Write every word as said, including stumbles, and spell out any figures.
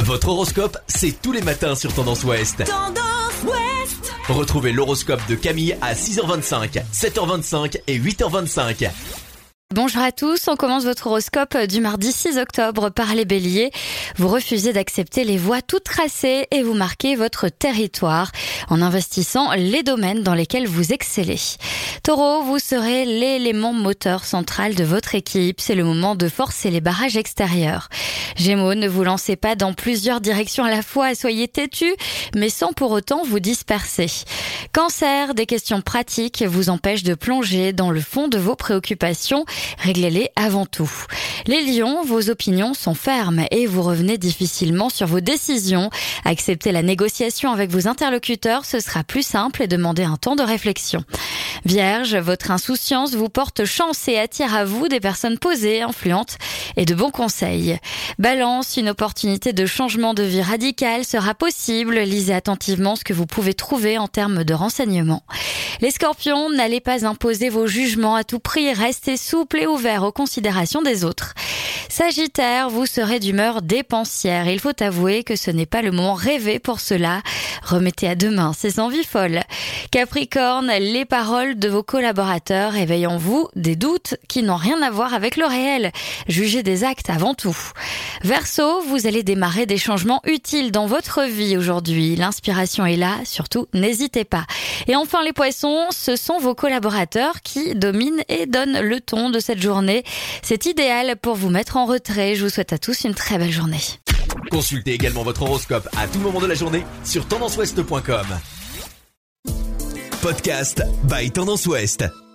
Votre horoscope, c'est tous les matins sur Tendance Ouest. Tendance Ouest. Retrouvez l'horoscope de Camille à six heures vingt-cinq, sept heures vingt-cinq et huit heures vingt-cinq. Bonjour à tous, on commence votre horoscope du mardi six octobre par les béliers. Vous refusez d'accepter les voies toutes tracées et vous marquez votre territoire en investissant les domaines dans lesquels vous excellez. Taureau, vous serez l'élément moteur central de votre équipe. C'est le moment de forcer les barrages extérieurs. Gémeaux, ne vous lancez pas dans plusieurs directions à la fois, soyez têtus, mais sans pour autant vous disperser. Cancer, des questions pratiques vous empêchent de plonger dans le fond de vos préoccupations. Réglez-les avant tout. Les lions, vos opinions sont fermes et vous revenez difficilement sur vos décisions. Acceptez la négociation avec vos interlocuteurs, ce sera plus simple et demandez un temps de réflexion. Vierge, votre insouciance vous porte chance et attire à vous des personnes posées, influentes et de bons conseils. Balance, une opportunité de changement de vie radical sera possible. Lisez attentivement ce que vous pouvez trouver en termes de renseignements. Les scorpions, n'allez pas imposer vos jugements à tout prix, restez souple et ouvert aux considérations des autres. Sagittaire, vous serez d'humeur dépensière. Il faut avouer que ce n'est pas le moment rêvé pour cela. Remettez à demain ces envies folles. Capricorne, les paroles de vos collaborateurs éveillent en vous des doutes qui n'ont rien à voir avec le réel. Jugez des actes avant tout. Verseau, vous allez démarrer des changements utiles dans votre vie aujourd'hui. L'inspiration est là, surtout n'hésitez pas. Et enfin les poissons, ce sont vos collaborateurs qui dominent et donnent le ton de cette journée. C'est idéal pour vous mettre en retrait. Je vous souhaite à tous une très belle journée. Consultez également votre horoscope à tout moment de la journée sur tendance ouest point com. Podcast by Tendance Ouest.